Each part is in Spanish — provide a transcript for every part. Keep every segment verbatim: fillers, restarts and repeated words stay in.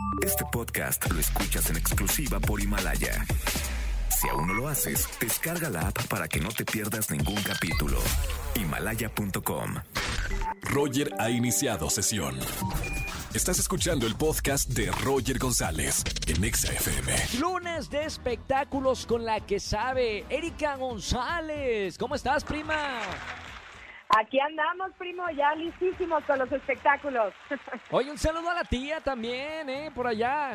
Este podcast lo escuchas en exclusiva por Himalaya. Si aún no lo haces, descarga la app para que no te pierdas ningún capítulo. Himalaya punto com. Roger ha iniciado sesión. Estás escuchando el podcast de Roger González en Exa F M. Lunes de espectáculos con la que sabe Erika González. ¿Cómo estás, prima? Aquí andamos, primo, ya listísimos con los espectáculos. Oye, un saludo a la tía también, ¿eh? Por allá.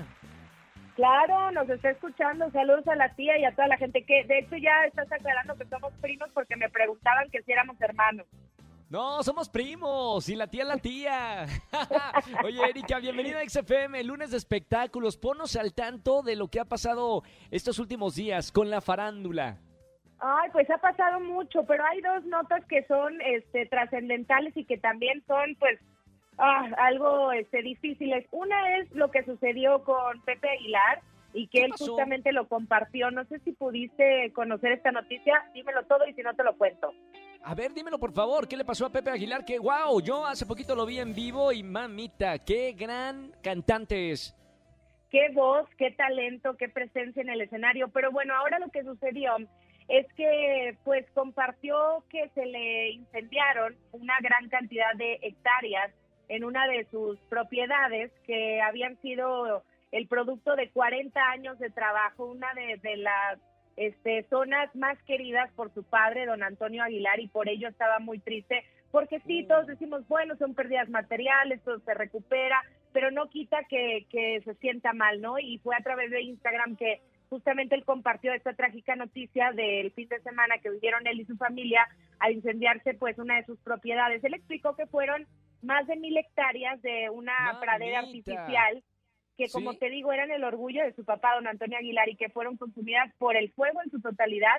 Claro, nos está escuchando. Saludos a la tía y a toda la gente que, de hecho, ya estás aclarando que somos primos porque me preguntaban que si éramos hermanos. No, somos primos y la tía es la tía. Oye, Erika, bienvenida a X F M, lunes de espectáculos. Ponnos al tanto de lo que ha pasado estos últimos días con la farándula. Ay, pues ha pasado mucho, pero hay dos notas que son este, trascendentales y que también son, pues, ah, algo este, difíciles. Una es lo que sucedió con Pepe Aguilar y que él pasó? justamente lo compartió. No sé si pudiste conocer esta noticia, dímelo todo y si no te lo cuento. A ver, dímelo por favor, ¿qué le pasó a Pepe Aguilar? Que wow, yo hace poquito lo vi en vivo y mamita, qué gran cantante es. Qué voz, qué talento, qué presencia en el escenario. Pero bueno, ahora lo que sucedió es que pues compartió que se le incendiaron una gran cantidad de hectáreas en una de sus propiedades que habían sido el producto de cuarenta años de trabajo, una de, de las este, zonas más queridas por su padre, don Antonio Aguilar, y por ello estaba muy triste, porque sí, todos decimos, bueno, son pérdidas materiales, todo se recupera, pero no quita que, que se sienta mal, ¿no? Y fue a través de Instagram que justamente él compartió esta trágica noticia del fin de semana que vivieron él y su familia al incendiarse pues una de sus propiedades. Él explicó que fueron más de mil hectáreas de una Mamita. pradera artificial que, como Sí. te digo, eran el orgullo de su papá, don Antonio Aguilar, y que fueron consumidas por el fuego en su totalidad.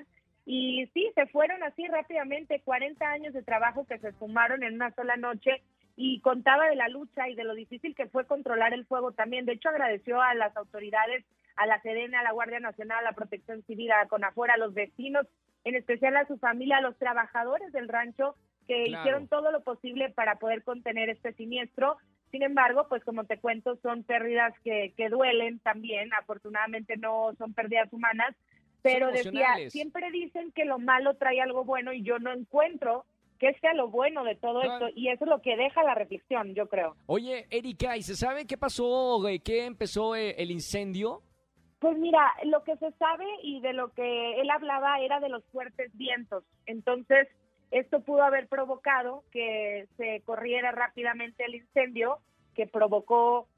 Y sí, se fueron así rápidamente, cuarenta años de trabajo que se esfumaron en una sola noche, y contaba de la lucha y de lo difícil que fue controlar el fuego también. De hecho, agradeció a las autoridades, a la Sedena, a la Guardia Nacional, a la Protección Civil, a CONAFOR, a los vecinos, en especial a su familia, a los trabajadores del rancho, que Claro. hicieron todo lo posible para poder contener este siniestro. Sin embargo, pues como te cuento, son pérdidas que, que duelen también. Afortunadamente no son pérdidas humanas, pero decía, emocionales. siempre dicen que lo malo trae algo bueno y yo no encuentro que sea lo bueno de todo Claro. esto, y eso es lo que deja la reflexión, yo creo. Oye, Erika, ¿y se sabe qué pasó, güey? ¿Qué empezó eh, el incendio? Pues mira, lo que se sabe y de lo que él hablaba era de los fuertes vientos. Entonces, esto pudo haber provocado que se corriera rápidamente el incendio, que provocó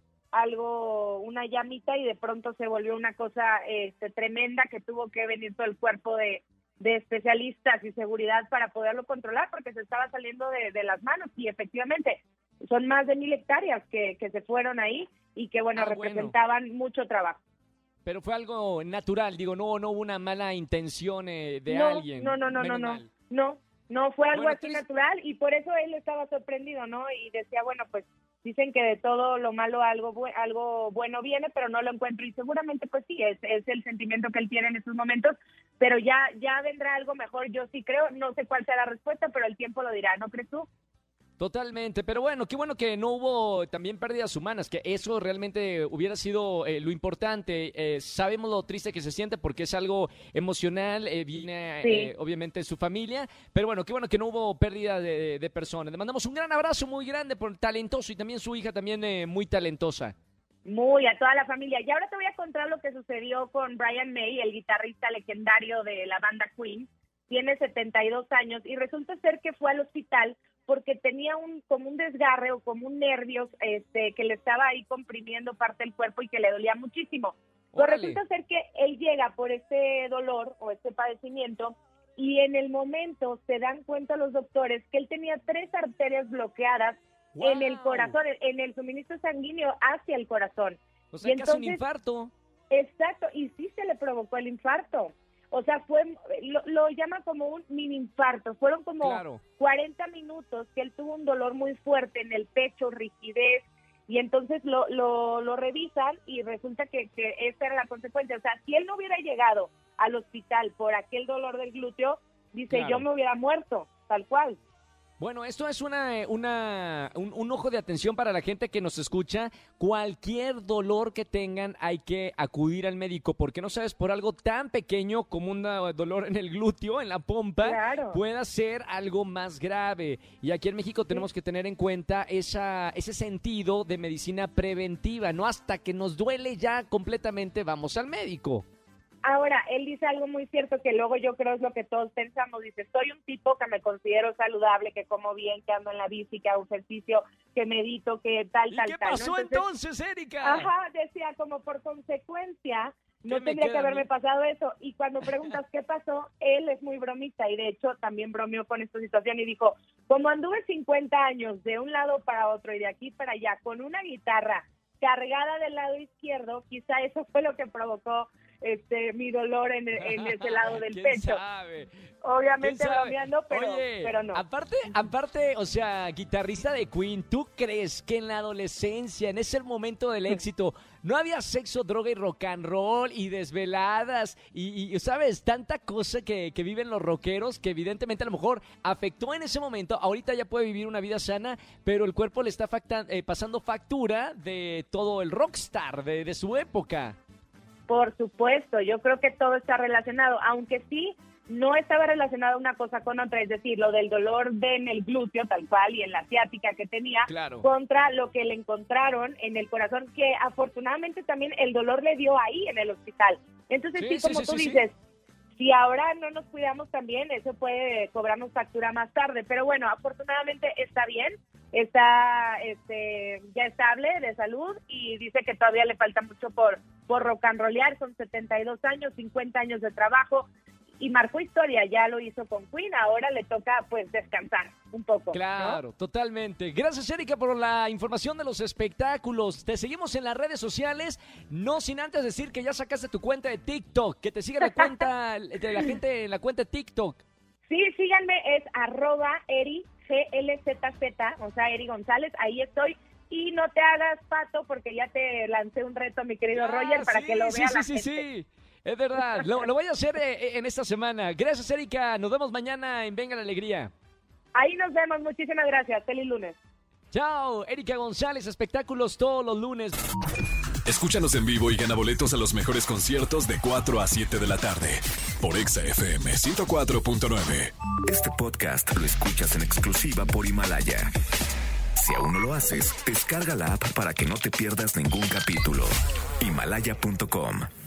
algo, una llamita, y de pronto se volvió una cosa este, tremenda, que tuvo que venir todo el cuerpo de, de especialistas y seguridad para poderlo controlar, porque se estaba saliendo de, de las manos. Y efectivamente, son más de mil hectáreas que, que se fueron ahí y que, bueno, Ah, bueno. representaban mucho trabajo. Pero fue algo natural, digo, no, no hubo una mala intención eh, de no, alguien. No, no, no, Menos no, no, mal. no, no, fue algo Bueno, así triste. natural, y por eso él estaba sorprendido, ¿no? Y decía, bueno, pues dicen que de todo lo malo algo bu- algo bueno viene, pero no lo encuentro, y seguramente pues sí, es, es el sentimiento que él tiene en estos momentos, pero ya, ya vendrá algo mejor, yo sí creo. No sé cuál sea la respuesta, pero el tiempo lo dirá, ¿no crees tú? Totalmente, pero bueno, qué bueno que no hubo también pérdidas humanas, que eso realmente hubiera sido eh, lo importante. Eh, sabemos lo triste que se siente porque es algo emocional, eh, viene Sí. eh, obviamente de su familia, pero bueno, qué bueno que no hubo pérdida de, de personas. Le mandamos un gran abrazo muy grande por talentoso, y también su hija también eh, muy talentosa. Muy, a toda la familia. Y ahora te voy a contar lo que sucedió con Brian May, el guitarrista legendario de la banda Queen. Tiene setenta y dos años y resulta ser que fue al hospital porque tenía un como un desgarre o como un nervio este, que le estaba ahí comprimiendo parte del cuerpo y que le dolía muchísimo. Pues Órale. resulta ser que él llega por este dolor o este padecimiento, y en el momento se dan cuenta los doctores que él tenía tres arterias bloqueadas ¡Guau! en el corazón, en el suministro sanguíneo hacia el corazón. O sea, Y casi un entonces- infarto. Exacto, y sí se le provocó el infarto. O sea, fue lo, lo llama como un mini infarto. Fueron como Claro. cuarenta minutos que él tuvo un dolor muy fuerte en el pecho, rigidez, y entonces lo, lo, lo revisan y resulta que, que esa era la consecuencia. O sea, si él no hubiera llegado al hospital por aquel dolor del glúteo, dice, Claro. yo me hubiera muerto, tal cual. Bueno, esto es una, una un, un ojo de atención para la gente que nos escucha. Cualquier dolor que tengan hay que acudir al médico, porque no sabes, por algo tan pequeño como un dolor en el glúteo, en la pompa, Claro. pueda ser algo más grave. Y aquí en México tenemos que tener en cuenta esa, ese sentido de medicina preventiva, ¿no? Hasta que nos duele ya completamente vamos al médico. Ahora, él dice algo muy cierto que luego yo creo es lo que todos pensamos. Dice, soy un tipo que me considero saludable, que como bien, que ando en la bici, que hago ejercicio, que medito, que tal, ¿Y tal, qué tal. pasó ¿no? entonces, Erika? Ajá, decía, como por consecuencia, no ¿Qué me tendría que queda a haberme mí? pasado eso. Y cuando preguntas qué pasó, él es muy bromista y de hecho también bromeó con esta situación y dijo, como anduve cincuenta años de un lado para otro y de aquí para allá con una guitarra cargada del lado izquierdo, quizá eso fue lo que provocó este mi dolor en, en ese lado del ¿Quién pecho. sabe? Obviamente ¿Quién sabe? bromeando, pero, Oye, pero no. Aparte, aparte, o sea, guitarrista de Queen, ¿tú crees que en la adolescencia, en ese momento del éxito, no había sexo, droga y rock and roll y desveladas y, y, sabes, tanta cosa que, que viven los rockeros que evidentemente a lo mejor afectó en ese momento? Ahorita ya puede vivir una vida sana, pero el cuerpo le está facta- eh, pasando factura de todo el rockstar de, de su época. Por supuesto, yo creo que todo está relacionado, aunque sí no estaba relacionado una cosa con otra, es decir, lo del dolor de en el glúteo tal cual y en la ciática que tenía, Claro. contra lo que le encontraron en el corazón, que afortunadamente también el dolor le dio ahí en el hospital. Entonces sí, Sí, sí, como sí, tú sí, sí. dices, si ahora no nos cuidamos también, eso puede cobrarnos factura más tarde, pero bueno, afortunadamente está bien, está este ya estable de salud y dice que todavía le falta mucho por, por rock and rollear, son setenta y dos años, cincuenta años de trabajo y marcó historia, ya lo hizo con Queen, ahora le toca pues descansar un poco. Claro, ¿no? totalmente. Gracias, Erika, por la información de los espectáculos. Te seguimos en las redes sociales, no sin antes decir que ya sacaste tu cuenta de TikTok, que te siga la cuenta de la gente en la cuenta de TikTok. Sí, síganme, es arroba eri G L Z Z, o sea, Eri González, ahí estoy. Y no te hagas pato porque ya te lancé un reto, mi querido Ah, Roger, para sí, que lo vea sí, la sí, sí, gente. sí. Es verdad, lo, lo voy a hacer eh, en esta semana. Gracias, Erika. Nos vemos mañana en Venga la Alegría. Ahí nos vemos, muchísimas gracias. Feliz lunes. Chao, Erika González, espectáculos todos los lunes. Escúchanos en vivo y gana boletos a los mejores conciertos de cuatro a siete de la tarde por Exa F M ciento cuatro punto nueve. Este podcast lo escuchas en exclusiva por Himalaya. Si aún no lo haces, descarga la app para que no te pierdas ningún capítulo. Himalaya punto com